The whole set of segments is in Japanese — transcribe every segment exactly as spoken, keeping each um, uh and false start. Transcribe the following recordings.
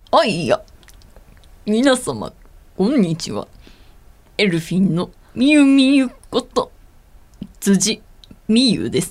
あいや、皆様、こんにちは。エルフィンのみゆみゆこと、辻みゆです。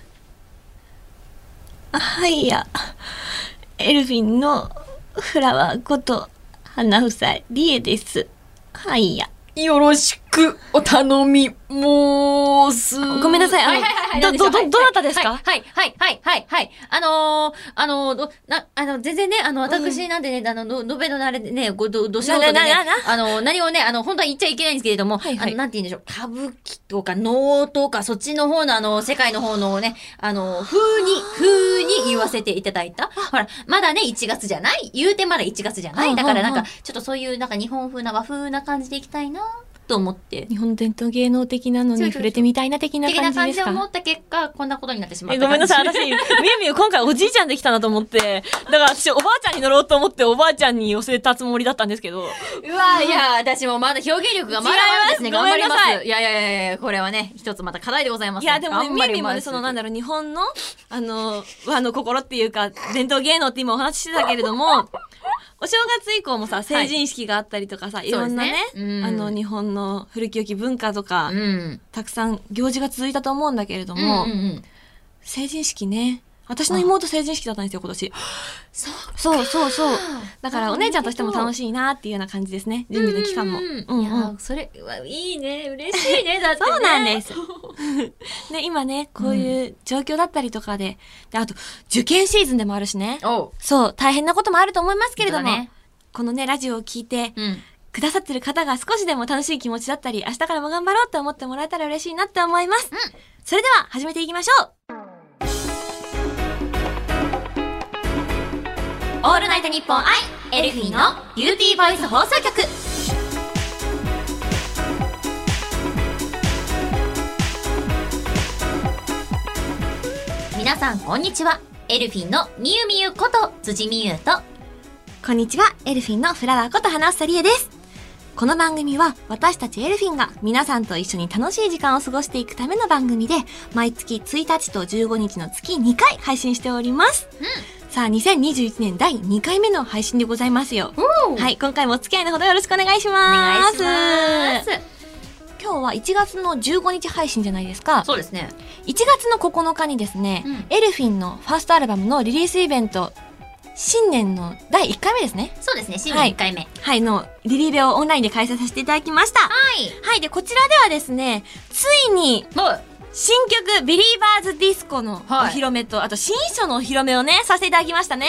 はいや、エルフィンのフラワーこと花房理恵です。はいや。 よろしくお頼み申す。 ごめんなさい。 はいはいはいはい。 ど、ど、ど、どなたですか？ はいはいはいはいはい。あのー、あのー、ど、な、あの、全然ね、あの、私なんでね、あの、の、のべのあれでね、ご、ど、ど素人でね、 ななななあの、何をね、あの、本当は言っちゃいけないんですけれども、 はいはいあの、なんて言うんでしょう、歌舞伎とか能とか、そっちの方のあの、世界の方のね、あの、風に、風に言わせていただいた。ほら、まだね、いちがつじゃない言うてまだいちがつじゃないだからなんか、ちょっとそういうなんか日本風な和風な感じでいきたいなと思って。 日本伝統芸能的なのに触れてみたいな的な的な感感じですか？ じで思った結果、こんなことになってしまっえ、 た。 ごめんなさい。私、みゆみゆ今回おじいちゃんできたなと思って、だから私おばあちゃんに乗ろうと思っておばあちゃんに寄せたつもりだったんですけど。 うわいや、私もまだ表現力がまだまだですね。 違います頑張りまごめんなさす。いやいやいやいや、これはね、一つまた課題でございます、ね。 いや、でもね、みゆみゆもね、 頑張りますそのなんだろう、日本の、あの、和の心っていうか、伝統芸能って今お話ししてたけれども、お正月以降もさ、成人式があったりとかさ、はい、いろんなね、 そうですね、うん、 あの、日本の古き良き文化とか、 うん、 たくさん行事が続いたと思うんだけれども、 うんうんうん、 成人式ね、私の妹成人式だったんですよ、今年。 そうそうそうそう。だからお姉ちゃんとしても楽しいなっていうような感じですね。準備の期間も。うんうんうん、いや、それはいいね、嬉しいね、だってね。 そうなんです。ね、今ね、こういう状況だったりとかで、で、あと、受験シーズンでもあるしね。そう、大変なこともあると思いますけれども、ね、このね、ラジオを聞いて、うん、くださってる方が少しでも楽しい気持ちだったり、明日からも頑張ろうって思ってもらえたら嬉しいなって思います。うん、それでは、始めていきましょう。 オールナイトニッポンアイエルフィーのビューティーボイス放送局。皆さんこんにちは。エルフィンのみゆみゆこと辻みゆと、 こんにちは。エルフィンのフラワーこと花房理恵です。この番組は私たちエルフィンが皆さんと一緒に楽しい時間を過ごしていくための番組で、毎月ついたちとじゅうごにちの月にかい配信しております。うん、さあ、にせんにじゅういちねんだいにかいめの配信でございますよ。はい、今回もお付き合いのほどよろしくお願いします。お願いします。今日はいちがつのじゅうごにち配信じゃないですか。 そうですね。 いちがつのここのかにですね、うん、エルフィンのファーストアルバムのリリースイベント、新年のだいいっかいめですね。 そうですね、新年いっかいめ。はい、 はい、のリリーベをオンラインで開催させていただきました。 はい。 はい、で、こちらではですね、ついに、新曲、ビリーバーズディスコのお披露目と、はい、あと新衣装のお披露目をね、させていただきましたね。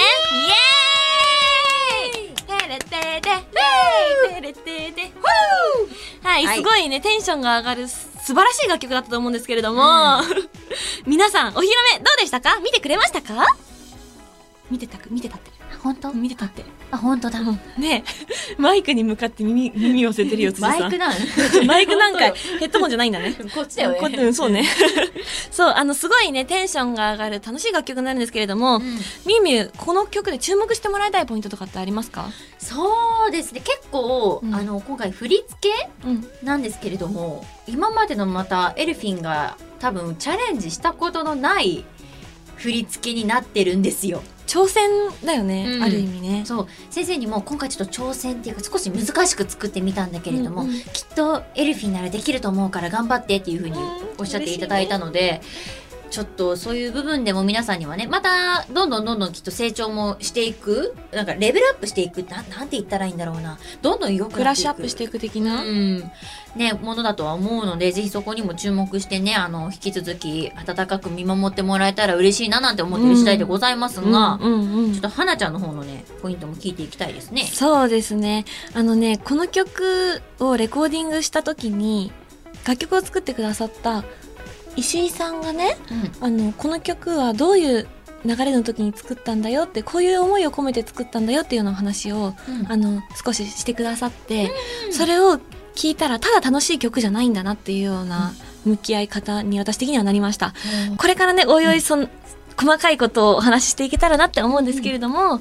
イエーイテレテテテレテテはい、すごいね、テンションが上がる素晴らしい楽曲だったと思うんですけれども、うん、皆さん、お披露目どうでしたか？見てくれましたか？見てた、見てたって。 本当？ 見てたって。 あ、本当だ。うん、 ねえ、マイクに向かって耳、耳を寄せてるよ、辻さん。 マイクなんマイクなんか、ヘッドホンじゃないんだね。 こっちだよね。 こっち、そうね。そう、あの、すごいね、テンションが上がる楽しい楽曲なんですけれども、うん、みゆみゆ、この曲で注目してもらいたいポイントとかってありますか？ そうですね、結構、うん、あの、今回振り付け、うん、なんですけれども、今までのまたエルフィンが多分チャレンジしたことのない振り付けになってるんですよ。 挑戦だよね、うん、ある意味ね。 そう、先生にも今回ちょっと挑戦っていうか少し難しく作ってみたんだけれども、うんうん、きっとエルフィンならできると思うから頑張ってっていうふうにおっしゃっていただいたので、うん、ちょっとそういう部分でも皆さんにはね、またどんどんどんどんきっと成長もしていく、なんかレベルアップしていく、な、なんて言ったらいいんだろうな、どんどん良くなっていく、 クラッシュアップしていく的な、 うん、ね、ものだとは思うので、ぜひそこにも注目してね、あの、引き続き温かく見守ってもらえたら嬉しいななんて思ってる次第でございますが、うんうんうんうん、ちょっと花ちゃんの方のね、ポイントも聞いていきたいですね。 そうですね。あのね、この曲をレコーディングした時に、楽曲を作ってくださった石井さんがね、うん、あの、この曲はどういう流れの時に作ったんだよって、こういう思いを込めて作ったんだよっていうようなお話を、うん、あの、少ししてくださって、うん、それを聞いたらただ楽しい曲じゃないんだなっていうような向き合い方に私的にはなりました。うん、これからね、おいおいその、うん、細かいことをお話ししていけたらなって思うんですけれども、うん、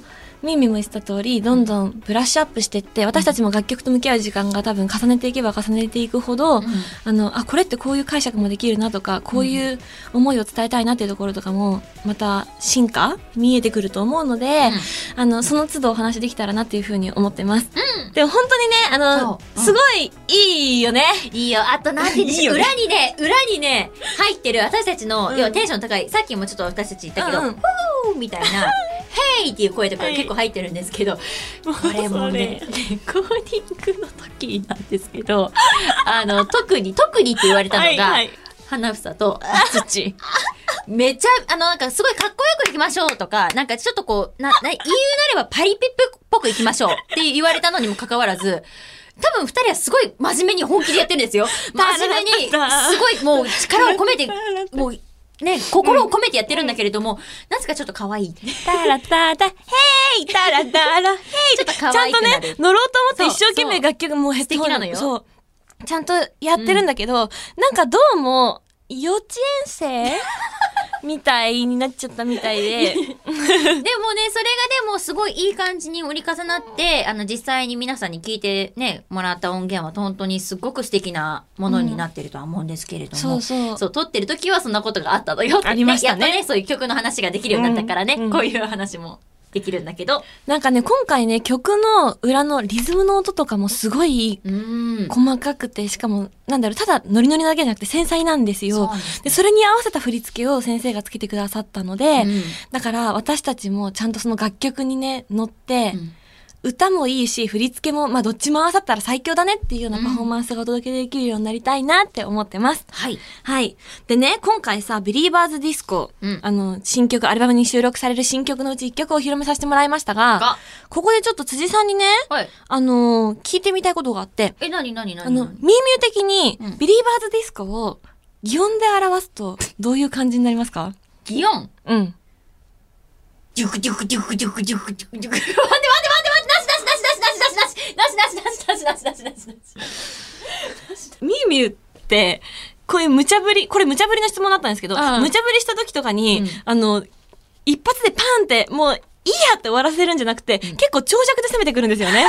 ミーミーも言ってた通り、どんどんブラッシュアップしていって、私たちも楽曲と向き合う時間が多分重ねていけば重ねていくほど、うん、あの、あ、これってこういう解釈もできるなとか、こういう思いを伝えたいなっていうところとかも、また進化見えてくると思うので、うん、あの、その都度お話できたらなっていうふうに思ってます。うん、でも本当にね、あの、うん、すごいいいよね。 いいよ。あとなんて言うんでしょう。裏にね、裏にね、入ってる私たちの、うん、要はテンション高い、さっきもちょっと私たち言ったけど、うんうん、ふーみたいな、ヘイっていう声とか結構入ってるんですけど、はい、これもね、レコーディングの時なんですけど、あの、特に、特にって言われたのが、はいはい、花房と土。めっちゃ、あの、なんかすごいかっこよくいきましょうとか、なんかちょっとこう、な、な、言うなればパリピップっぽくいきましょうって言われたのにもかかわらず、多分二人はすごい真面目に本気でやってるんですよ。真面目に、すごいもう力を込めて、もう、ね、心を込めてやってるんだけれども、うん、なぜかちょっと可愛い。 タラタタ、ヘイタラタラ、ヘイちょっと可愛くなる。 ちゃんとね、乗ろうと思って一生懸命楽曲もう素敵なのよ。 そう。ちゃんとやってるんだけど、うん、なんかどうも、幼稚園生みたいになっちゃったみたいで。でもね、それがでもすごいいい感じに折り重なって、あの実際に皆さんに聞いてね、もらった音源は本当にすごく素敵なものになってるとは思うんですけれども。うん、そうそう。そう、撮ってる時はそんなことがあったのよって、ね。ありましたね。やっとね、そういう曲の話ができるようになったからね、うん、こういう話もできるんだけど。 なんかね、今回ね、曲の裏のリズムの音とかもすごい細かくて、しかも、なんだろう、ただノリノリだけじゃなくて繊細なんですよ。そうですね。で、それに合わせた振り付けを先生がつけてくださったので、うん、だから私たちもちゃんとその楽曲にね、乗って、うん、歌もいいし、振り付けも、まあ、どっちも合わさったら最強だねっていうようなパフォーマンスがお届けできるようになりたいなって思ってます。 はい。 はい。でね、今回さ、ビリーバーズディスコ、うん、あの、新曲、アルバムに収録される新曲のうちいっきょくをお披露目させてもらいましたが、がここでちょっと辻さんにね、はい、あのー、聞いてみたいことがあって、 え、なになになにあの、ミーミュー的に、うん、ビリーバーズディスコを擬音で表すと、どういう感じになりますか？ 擬音？ うん。 デュクデュクデュクデュクデュクデュクデュク。待って待って待って待って、なしなしなしなしなしなしなしなしなしなしなしなしなしなしなし。 ミュウミュウって、こういう無茶ぶり、これ無茶ぶりの質問だったんですけど、無茶ぶりした時とかに、あの、一発でパンって、もう、いいやって終わらせるんじゃなくて、結構長尺で攻めてくるんですよね。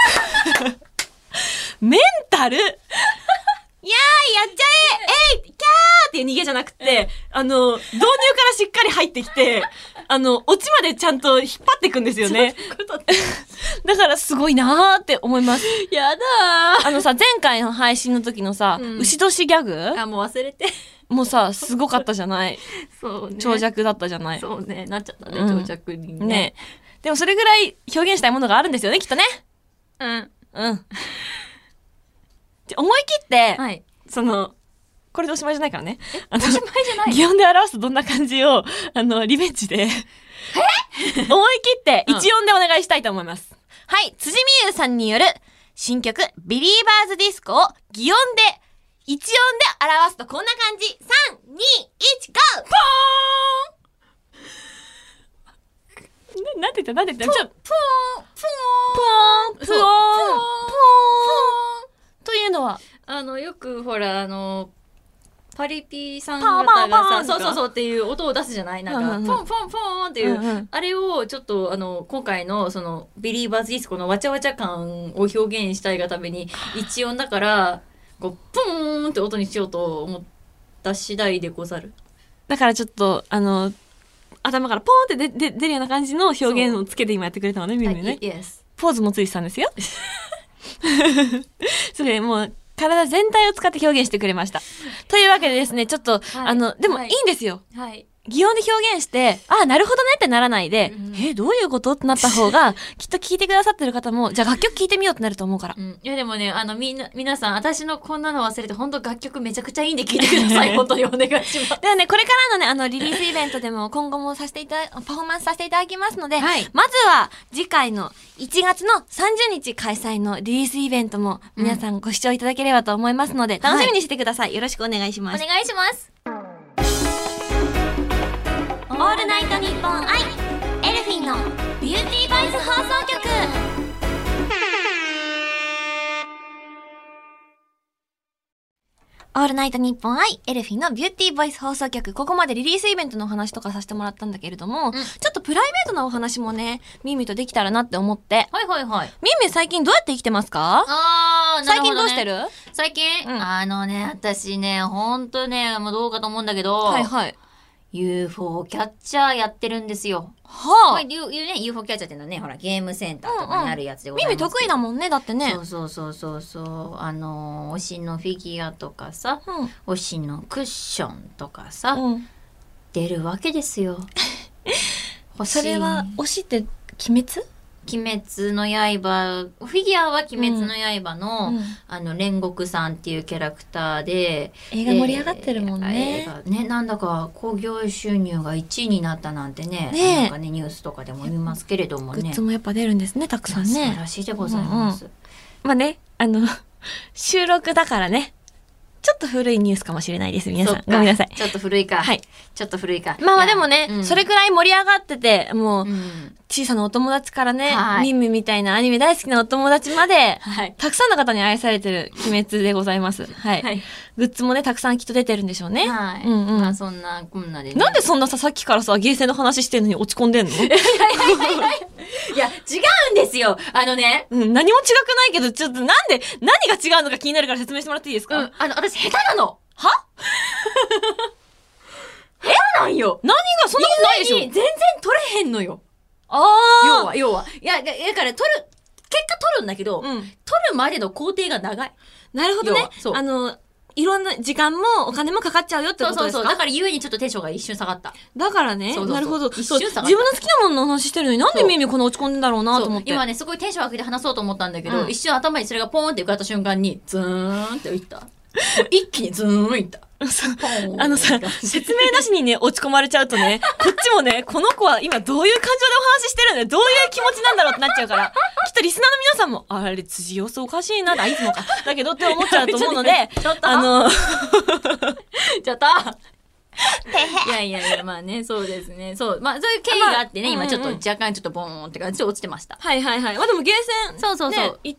メンタルいやー、やっちゃええいキャーっていう逃げじゃなくて、あの、導入からしっかり入ってきて、あの、オチまでちゃんと引っ張っていくんですよね。だからすごいなーって思います。 やだー。 あのさ、前回の配信の時のさ、うん、牛年ギャグあ、もう忘れて。 もうさ、すごかったじゃない。 そうね。 長尺だったじゃない。 そうね、なっちゃったね、長尺にね。うん、ね。 でもそれぐらい表現したいものがあるんですよね、きっとね。 うん。 うん。思い切って、 はい、 その、これでおしまいじゃないからね。 おしまいじゃない擬音で表すとどんな感じを、あの、リベンジで。え思い切って一音でお願いしたいと思います。うん、はい、辻美優さんによる新曲、ビリーバーズディスコを擬音で、一音で表すとこんな感じ。さん、に、いち、ゴー！ポーンな、なんて言ったなんて言ったちょ、 ポーンポーンポーンポーンポーンというのは、 あの、よくほら、あの、パリピさん方がさ、そうそうそうっていう音を出すじゃないなんか、うんうん、ポンポンポンっていう、うんうん、あれをちょっと、あの、今回の、その、ビリーバーズディスコのわちゃわちゃ感を表現したいがために、一音だから、こう、ポーンって音にしようと思った次第でござる。 だからちょっと、あの、頭からポーンって出るような感じの表現をつけて今やってくれたのね、みんなね。 Yes. ポーズもついてたんですよ。それもう体全体を使って表現してくれました。というわけでですね、ちょっと、はい、あの、でもいいんですよ。 はい。 擬音で表現して、ああ、なるほどねってならないで、うん、え、どういうことってなった方が、きっと聞いてくださってる方も、じゃあ楽曲聴いてみようってなると思うから。 うん、いやでもね、あの、みんな、皆さん、私のこんなの忘れて、本当楽曲めちゃくちゃいいんで聴いてください。本当にお願いします。 ではね、これからのね、あの、リリースイベントでも、今後もさせていただ、パフォーマンスさせていただきますので、はい、まずは、次回のいちがつのさんじゅうにち開催のリリースイベントも、皆さんご視聴いただければと思いますので、うん、楽しみにしてください。はい、よろしくお願いします。 お願いします。 オールナイトニッポンアイエルフィンのビューティーバイス放送局。オオールナイトニッポンアイエルフィンのビューティーボイス放送局。ここまでリリースイベントのお話とかさせてもらったんだけれども、 うん、 ちょっとプライベートなお話もね、みみとできたらなって思って。 はいはいはい。 みみ最近どうやって生きてますか？ あー、なるほどね。 最近どうしてる？ 最近、うん、あのね、私ね、ほんとね、もうどうかと思うんだけど、 はいはい。 ユーフォー キャッチャーやってるんですよ。 はあ。 まあ、ユーフォー キャッチャーっていうのはね、ほら、ゲームセンターとかにあるやつでございます。 うんうん、耳得意だもんね、だってね。 そうそうそうそうそう。あの、推しのフィギュアとかさ、うん、推しのクッションとかさ、うん、出るわけですよ。 それは、推しって鬼滅？ 鬼滅の刃、フィギュアは鬼滅の刃の、うん、あの、煉獄さんっていうキャラクターで、 映画盛り上がってるもんね。 映画ね、なんだか興行収入がいちいになったなんてね、ね、なんかね、ニュースとかでも見ますけれどもね。 グッズもやっぱ出るんですね、たくさんね。素晴らしいでございます。 うんうん、まあね、あの、収録だからね。ちょっと古いニュースかもしれないです、皆さん。ごめんなさい。 ちょっと古いか。 はい。 ちょっと古いか。 まあまあでもね、うん、それくらい盛り上がってて、もう、うん、小さなお友達からね、ミンミみたいなアニメ大好きなお友達まで、はい、たくさんの方に愛されてる鬼滅でございます。はい。はい、グッズもね、たくさんきっと出てるんでしょうね。 はい。うんうん。まあそんな、こんなで、ね。 なんでそんなさ、さっきからさ、ゲーセンの話してんのに落ち込んでんの？いやいやいやいや、違うんですよ。あのね。 うん、何も違くないけど、ちょっとなんで、何が違うのか気になるから説明してもらっていいですか？ うん、あの、私下手なの。 はえなんよ。 何がそんなことないでしょ。 全然取れへんのよ。 ああ。 要は、要は。いや、だから取る、結果取るんだけど、うん、取るまでの工程が長い。 なるほどね。あの、いろんな時間もお金もかかっちゃうよってことですか？そうそうそう。 だからゆえにちょっとテンションが一瞬下がった。 だからね。 そうそうそう、 なるほど。 一瞬下がった。 自分の好きなものの話してるのになんでミミこんな落ち込んでんだろうなと思って。 今ね、すごいテンション上げて話そうと思ったんだけど、うん、一瞬頭にそれがポーンって浮かった瞬間に、ズーンって浮いた。一気にズーンいった。 あのさ、説明なしにね、落ち込まれちゃうとね、こっちもね、この子は今どういう感情でお話ししてるんだよ、どういう気持ちなんだろうってなっちゃうから、きっとリスナーの皆さんも、あれ、辻様子おかしいな、あ、いつもか。だけどって思っちゃうと思うので、 ちょっと、 あの、 ちょっと、いやいやいや、まあね、そうですね。そう。まあ、そういう経緯があってね、まあ、今ちょっと若干ちょっとボーンって感じで落ちてました。 はいはいはい。まあでもゲーセン、 そうそうそう。 ね、行って、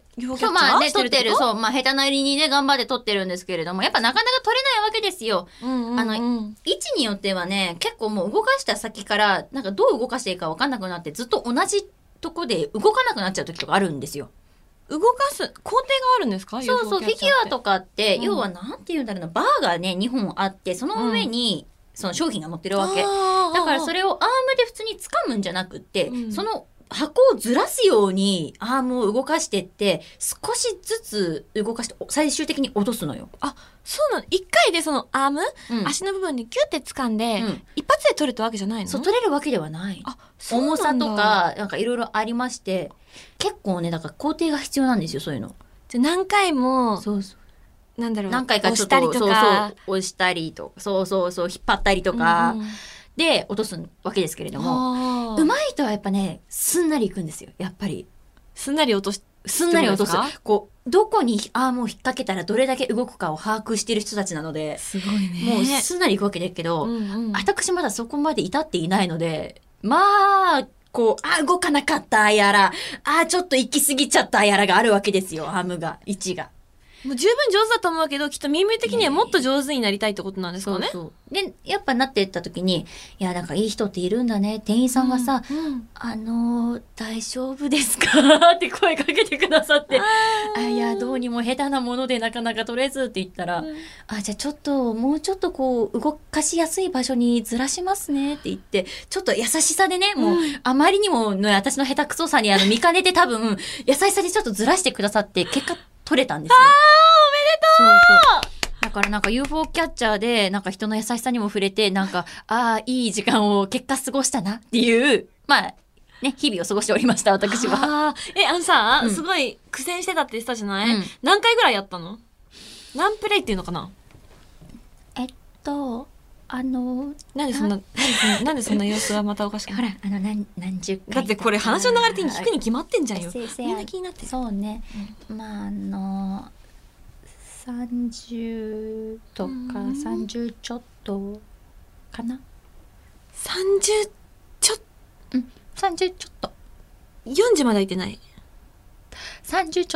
今日まあね、撮ってる、そう、まあ下手なりにね、頑張って撮ってるんですけれども、やっぱなかなか撮れないわけですよ。うんうんうん、あの、位置によってはね、結構もう動かした先から、なんかどう動かしていいか分かんなくなって、ずっと同じとこで動かなくなっちゃう時とかあるんですよ。 動かす工程があるんですか？ そうそう、フィギュアとかって、うん、要はなんて言うんだろうな、バーがね、にほんあって、その上に、うんその商品が載ってるわけ。だからそれをアームで普通に掴むんじゃなくって、うん、その箱をずらすようにアームを動かしてって、少しずつ動かして最終的に落とすのよ。 あ、そうなの。一回でそのアーム、うん、足の部分にキュッて掴んで、うん、一発で取れたわけじゃないの？ そう、取れるわけではない。あ、そうなんだ。重さとか、なんかいろいろありまして、結構ね、だから工程が必要なんですよ、そういうの。 じゃ何回も、 そうそう。 なんだろう、 何回かちょっと押したりとか、そうそう、押したりとか、そうそうそう、引っ張ったりとか、うんうん、で、落とすわけですけれども、上手い人はやっぱね、すんなりいくんですよ、やっぱり。 すんなり落とし、 すんなり落とす。こう、どこにアームを引っ掛けたらどれだけ動くかを把握している人たちなので、 すごいね。 もうすんなりいくわけですけど、うんうん、私まだそこまで至っていないので、まあ、こう、あ、動かなかったやら、あ、ちょっと行き過ぎちゃったやらがあるわけですよ、アームが、位置が。 もう十分上手だと思うけど、きっとミミ的にはもっと上手になりたいってことなんですかね。 そうそうで、やっぱなっていった時に、いや、なんかいい人っているんだね。店員さんがさ、うんうん、あのー、大丈夫ですかって声かけてくださって、ああ、いや、どうにも下手なものでなかなか取れずって言ったら、うん、あ、じゃあちょっと、もうちょっとこう、動かしやすい場所にずらしますねって言って、ちょっと優しさでね、もう、うん、あまりにもの私の下手くそさにあの見かねて多分、優しさでちょっとずらしてくださって、結果取れたんですよ。そうそうだからなんか ユーフォー キャッチャーでなんか人の優しさにも触れてなんかああいい時間を結果過ごしたなっていうまあね日々を過ごしておりました私は。 あえあのさ、うん、すごい苦戦してたって言ってたじゃない、うん、何回ぐらいやったの？何プレイっていうのかな？ えっとあのなんでそんななんでそんななんでそんな様子がまたおかしくほらあの何何十回だってこれ話の流れ的に聞くに決まってんじゃんよ。みんな気になってそうね、うん、まああのさんじゅうとかさんじゅうちょっとかな。 さんじゅうちょっうんさんじゅうちょっとよんじまではいってない。 さんじゅうちょっと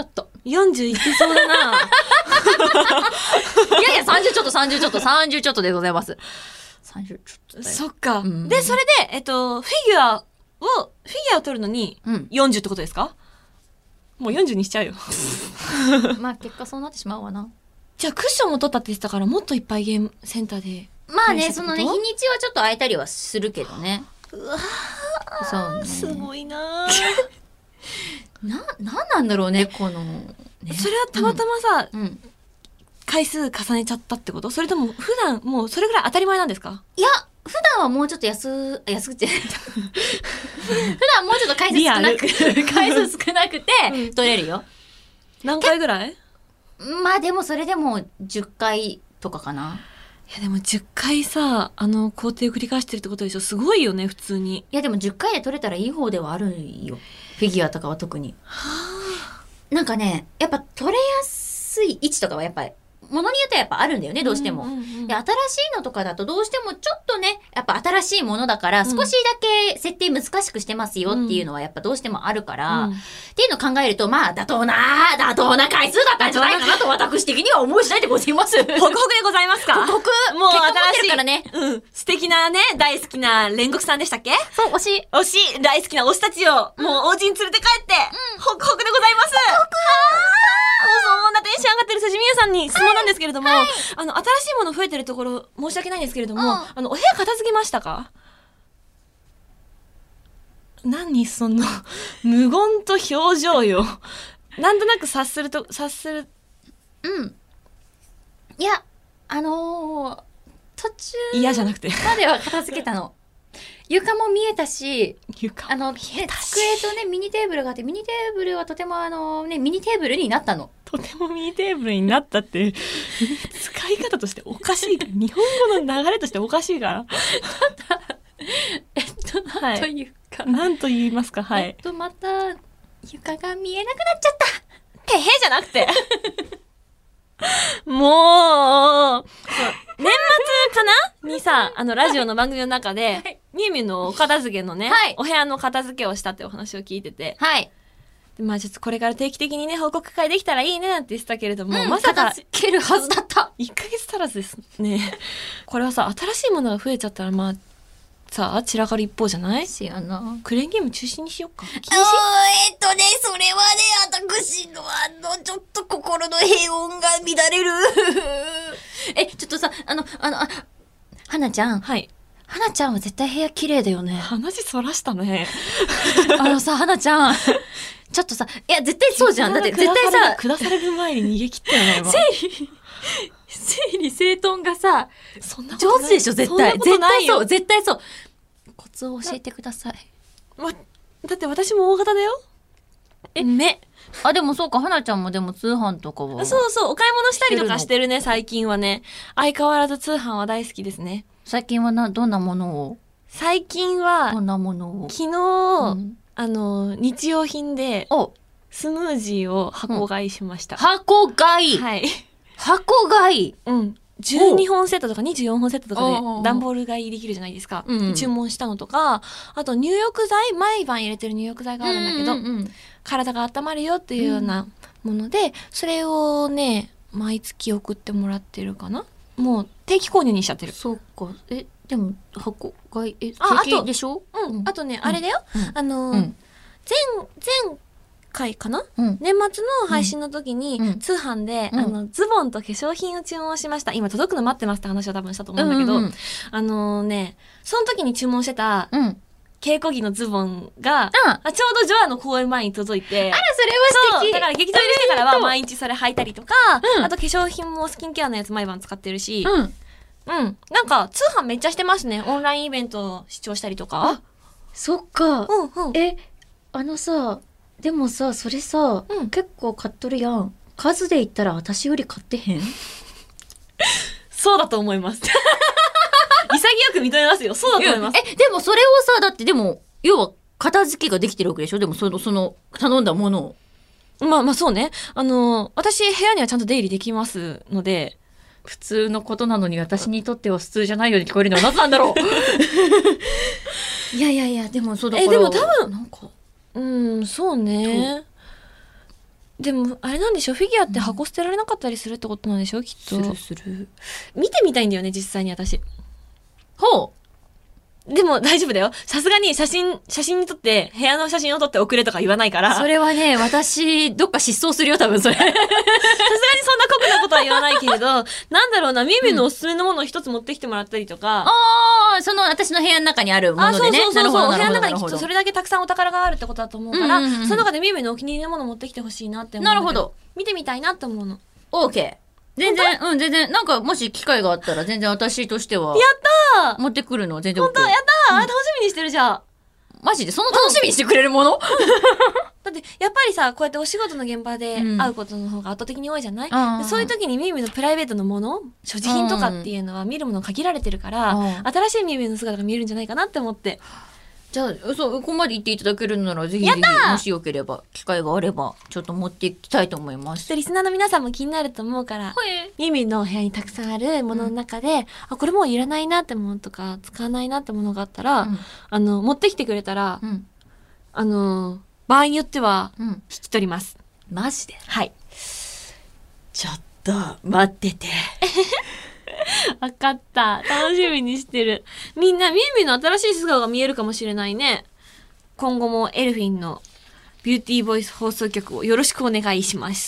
よんじゅういってそうだな。 いやいや、さんじゅうちょっと、さんじゅうちょっと、さんじゅうちょっとでございます。さんじゅうちょっとだよ。 そっか、 うん、 でそれでえっとフィギュアをフィギュアを取るのによんじゅうってことですか？もうよんじゅうにしちゃうよ。 まあ結果そうなってしまうわな。 じゃあクッションも取ったって言ってたから、もっといっぱいゲームセンターで。 まあね、そのね、日にちはちょっと空いたりはするけどね。 うわそうね。 すごいなな、なんなんだろうね、この、ね。 それはたまたまさ、 うん、うん、 回数重ねちゃったってこと？それとも普段もうそれぐらい当たり前なんですか？ いや、普段はもうちょっと安、安くて、普段もうちょっと回数少なく、回数少なくて、取れるよ。 何回ぐらい？ まあでもそれでもじゅっかいとかかな。 いやでもじゅっかいさ、あの工程を繰り返してるってことでしょ。すごいよね、普通に。 いやでもじゅっかいで取れたらいい方ではあるよ。フィギュアとかは特に。はあ、なんかね、やっぱ取れやすい位置とかはやっぱり、ものによってはやっぱあるんだよね、どうしても。 うんうんうん、 で、新しいのとかだとどうしてもちょっとね、やっぱ新しいものだから少しだけ設定難しくしてますよっていうのはやっぱどうしてもあるから、うん、っていうのを考えると、まあ妥当な、妥当な回数だったんじゃないかなと私的には思い次第でございます。 ホクホクでございますか？ ホクホク。 もう新しいからね。 うん。素敵なね、大好きな煉獄さんでしたっけ？ そう、推し。 推し、大好きな推したちを、うん、もうお家に連れて帰って、うん、ホクホクでございます。ホクホクもうそんなテンション上がってる辻美優さんに質問なんですけれども、はいはい、あの、新しいもの増えてるところ、申し訳ないんですけれども、うん、あの、お部屋片付けましたか？何その、無言と表情よ。なんとなく察すると、察する。 うん。いや、あのー、途中嫌じゃなくてまでは片付けたの。床も見えたし、 床あの、机とね、ミニテーブルがあって、ミニテーブルはとてもあのね、ミニテーブルになったの。 とてもミニテーブルになったって、使い方としておかしいから、日本語の流れとしておかしいから。 えっと、なんというか。 はい、なんと言いますか、はい。 えっと、また、床が見えなくなっちゃった。 へへじゃなくて。もう、年末かなにさ、あの、ラジオの番組の中で、はい、みゆみゆのお片付けのね、はい、お部屋の片付けをしたってお話を聞いてて、 はい。 でまあちょっとこれから定期的にね、報告会できたらいいねなんて言ってたけれども、 うん、 まさか、 片付けるはずだった。 いっかげつ足らずですね。これはさ、新しいものが増えちゃったら、まあ、さあ、散らかる一方じゃない？ しやな。 クレーンゲーム中止にしようか。禁止？ えっとね、それはね、私のあの、ちょっと心の平穏が乱れる。え、ちょっとさ、あの、あの、あ、はなちゃん。 はい。 はなちゃんは絶対部屋綺麗だよね。 話そらしたね。 あのさ、はなちゃん。ちょっとさ、いや、絶対そうじゃん。だって絶対さ、 下される前に逃げ切ったよね、今。 整理、整理整頓がさ、 そんな上手でしょ、絶対。 絶対そう、絶対そう。コツを教えてください。 ま、だって私も大型だよ。 え、目。あ、でもそうか、はなちゃんもでも通販とかは。 そうそう、お買い物したりとかしてるね、最近はね。相変わらず通販は大好きですね。 最近はな、どんなものを最近は、 どんなものを昨日、うん、あの、日用品で、スムージーを箱買いしました。 うん、箱買いはい。 箱買いうん。じゅうにほんセットとかにじゅうよんほんセットとかで段ボール買いできるじゃないですか。うん、注文したのとか、あと入浴剤、毎晩入れてる入浴剤があるんだけど、うんうんうん、体が温まるよっていうようなもので、それをね、毎月送ってもらってるかな。もう定期購入にしちゃってる。 そうか。え、でも箱買い、え、あ、 定期でしょ？ うん。あとね、あれだよ。うん、あの、うん、前、前、回かな、うん、年末の配信の時に、うん、通販で、うん、あのズボンと化粧品を注文しました。今届くの待ってますって話を多分したと思うんだけど、うんうん、あのね、その時に注文してた、うん、稽古着のズボンが、うん、あちょうどジョアの公演前に届いて、 あらそれは素敵。 だから劇場入りしてからは毎日それ履いたりとか、うん、あと化粧品もスキンケアのやつ毎晩使ってるし、うん、うん、なんか通販めっちゃしてますね。オンラインイベントを視聴したりとか。 そっか。 うんうん、 え、あのさ。でもさ、それさ、うん、結構買っとるやん。数で言ったら私より買ってへん？ そうだと思います。潔く認めますよ。そうだと思います。 え、でもそれをさ、だってでも、要は片付けができてるわけでしょ？でもその、その、頼んだものを。 まあまあそうね。あの、私部屋にはちゃんと出入りできますので。 普通のことなのに私にとっては普通じゃないように聞こえるのはなぜなんだろう。いやいやいや、でもそうだから。 え、でも多分、 なんか。 うん、そうね。 でもあれなんでしょ、フィギュアって箱捨てられなかったりするってことなんでしょ、きっと。 するする。 見てみたいんだよね、実際に私。 ほう。 でも大丈夫だよ。さすがに写真、写真に撮って、部屋の写真を撮って送れとか言わないから。 それはね、私、どっか失踪するよ、多分それ。さすがにそんな酷なことは言わないけれど、なんだろうな、ミュウミュウのおすすめのものを一つ持ってきてもらったりとか。 ああ、その私の部屋の中にあるものでね。 あ、そうそうそうそう。部屋の中なるほどにきっとそれだけたくさんお宝があるってことだと思うから、 うんうんうん、 その中でミュウミュウのお気に入りのものを持ってきてほしいなって思う。 なるほど。 見てみたいなって思うの。 オーケー。全然、うん、全然、なんか、もし機会があったら、全然私としては。 やったー持ってくるの、全然 OK。 本当やったー、 うん、 楽しみにしてるじゃん。 マジでその楽しみにしてくれるもの、 だって、やっぱりさ、こうやってお仕事の現場で会うことの方が圧倒的に多いじゃない、 うん、 でそういう時にミュウミュウのプライベートのもの、所持品とかっていうのは見るもの限られてるから、うん、新しいミュウミュウの姿が見えるんじゃないかなって思って。 じゃあ、そう、ここまで言っていただけるなら、ぜひぜひ、もしよければ、機会があれば、ちょっと持っていきたいと思います。 リスナーの皆さんも気になると思うから、ミュウミュウの部屋にたくさんあるものの中で、うん、あ、これもういらないなってものとか、使わないなってものがあったら、うん、あの、持ってきてくれたら、うん、あの、場合によっては、引き取ります。 うん、マジで？ はい。 ちょっと、待ってて。 わかった。楽しみにしてる。みんな、ミュウミュウの新しい素顔が見えるかもしれないね。今後もエルフィンのビューティーボイス放送局をよろしくお願いします。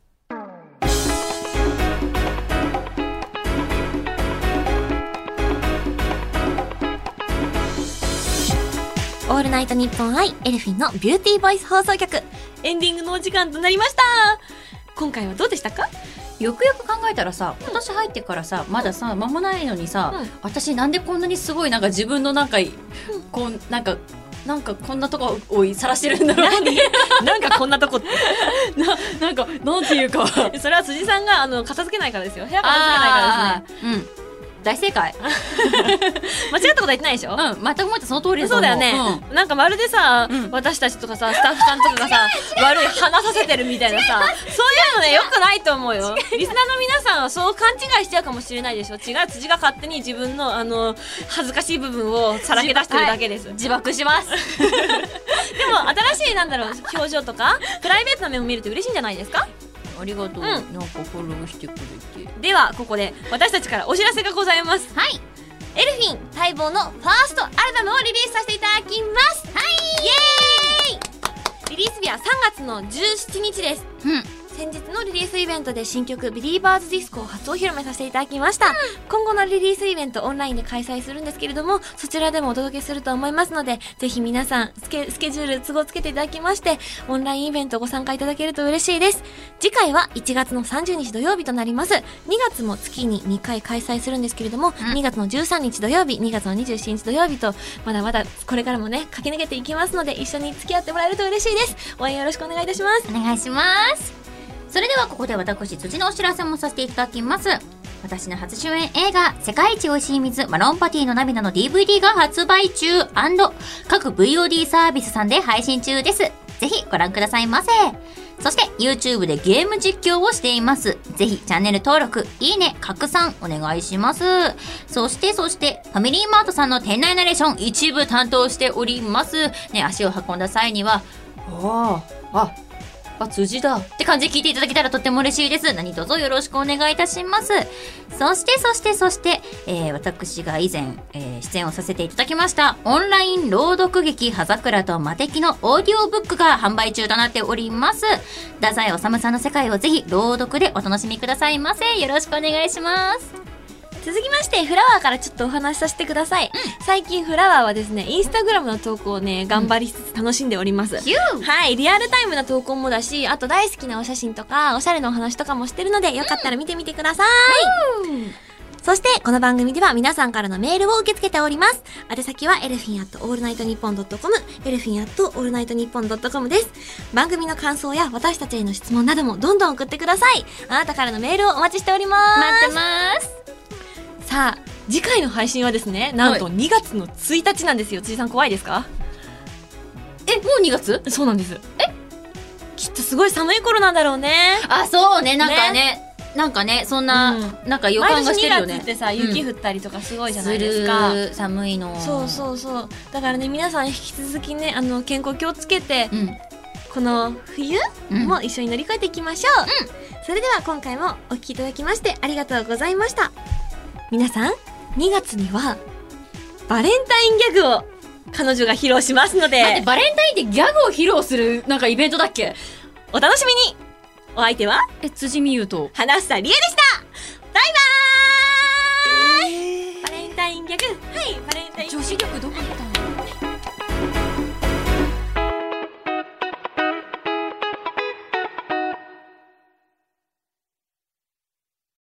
オールナイトニッポンアイエルフィンのビューティーボイス放送局、エンディングのお時間となりました。今回はどうでしたか？ よくよく考えたらさ、今年入ってからさ、まださ、間もないのにさ、うん、私なんでこんなにすごいなんか自分のなんか、うん、こう、なんか、なんかこんなとこを晒してるんだろう。 何なんかこんなとこって。 な、なんか、なんていうか。 それは辻さんが、あの、片付けないからですよ。部屋片付けないからですね。 うん。大正解。 間違ったこと言ってないでしょ？ うん、全く思ってその通りです。 そうだよね、うん、なんかまるでさ、うん、私たちとかさスタッフさんとかがさ悪い話させてるみたいなさ、そういうのねよくないと思うよ。リスナーの皆さんはそう勘違いしちゃうかもしれないでしょ。違う、辻が勝手に自分のあの恥ずかしい部分をさらけ出してるだけです。 はい、自爆します。 でも新しいなんだろう表情とかプライベートな面を見ると嬉しいんじゃないですか？ ありがとう、うん、なんかフォローしてくれて。 ではここで私たちからお知らせがございます。 はい、 エルフィン待望のファーストアルバムをリリースさせていただきます。 はい、 イエーイ。リリース日はさんがつのじゅうしちにちです。 うん、 先日のリリースイベントで新曲ビリーバーズディスコを初お披露目させていただきました、うん、今後のリリースイベントオンラインで開催するんですけれども、そちらでもお届けすると思いますので、ぜひ皆さんスケ、スケジュール都合つけていただきましてオンラインイベントご参加いただけると嬉しいです。次回はいちがつのさんじゅうにち土曜日となります。にがつも月ににかい開催するんですけれども、うん、にがつのじゅうさんにち土曜日、にがつのにじゅうしちにち土曜日とまだまだこれからもね駆け抜けていきますので、一緒に付き合ってもらえると嬉しいです。応援よろしくお願いいたします。 お願いします。それではここで私辻のお知らせもさせていただきます。私の初主演映画世界一おいしい水マロンパティの涙の ディーブイディー が発売中&各 ブイオーディー サービスさんで配信中です。ぜひご覧くださいませ。そして YouTube でゲーム実況をしています。ぜひチャンネル登録、いいね、拡散お願いします。そしてそしてファミリーマートさんの店内ナレーション一部担当しております。ね、足を運んだ際には、ああ、あ、あ、辻だって感じで聞いていただけたらとっても嬉しいです。何卒よろしくお願いいたします。そしてそしてそして、えー、私が以前、えー、出演をさせていただきましたオンライン朗読劇葉桜と魔敵のオーディオブックが販売中となっております。太宰治さんの世界をぜひ朗読でお楽しみくださいませ。よろしくお願いします。 続きましてフラワーからちょっとお話しさせてください、うん、最近フラワーはですねインスタグラムの投稿をね頑張りつつ楽しんでおります、 うん、 はい、リアルタイムな投稿もだし、あと大好きなお写真とかおしゃれなお話とかもしてるので、よかったら見てみてください、うん、そしてこの番組では皆さんからのメールを受け付けております。宛先はエルフィンアットオールナイトニッポンドットコム、エルフィンアットオールナイトニッポンドットコムです。番組の感想や私たちへの質問などもどんどん送ってください。あなたからのメールをお待ちしております。 待ってます。 さあ次回の配信はですね、なんとにがつのついたちなんですよ。辻さん怖いですか？ え、もうにがつ？ そうなんです。え、きっとすごい寒い頃なんだろうね。 あ、そうね、なんかね、ねなんかね、そんな、うん、なんか予感がしてるよね。 毎年にがつってさ、雪降ったりとかすごいじゃないですか。 する、寒いの。 そうそうそう。だからね、皆さん引き続きね、あの健康気をつけて、うん、 この冬うんも一緒に乗り越えていきましょう、それでは今回もお聞きいただきましてありがとうございました。皆さんにがつにはバレンタインギャグを彼女が披露しますの待ってでバレンタインってギャグを披露するなんかイベントだっけ？ お楽しみに。お相手はえ辻美優と花房理恵でした。バイバーイ、バレンタインギャグ、はいバレンタイン女子力どこ行った？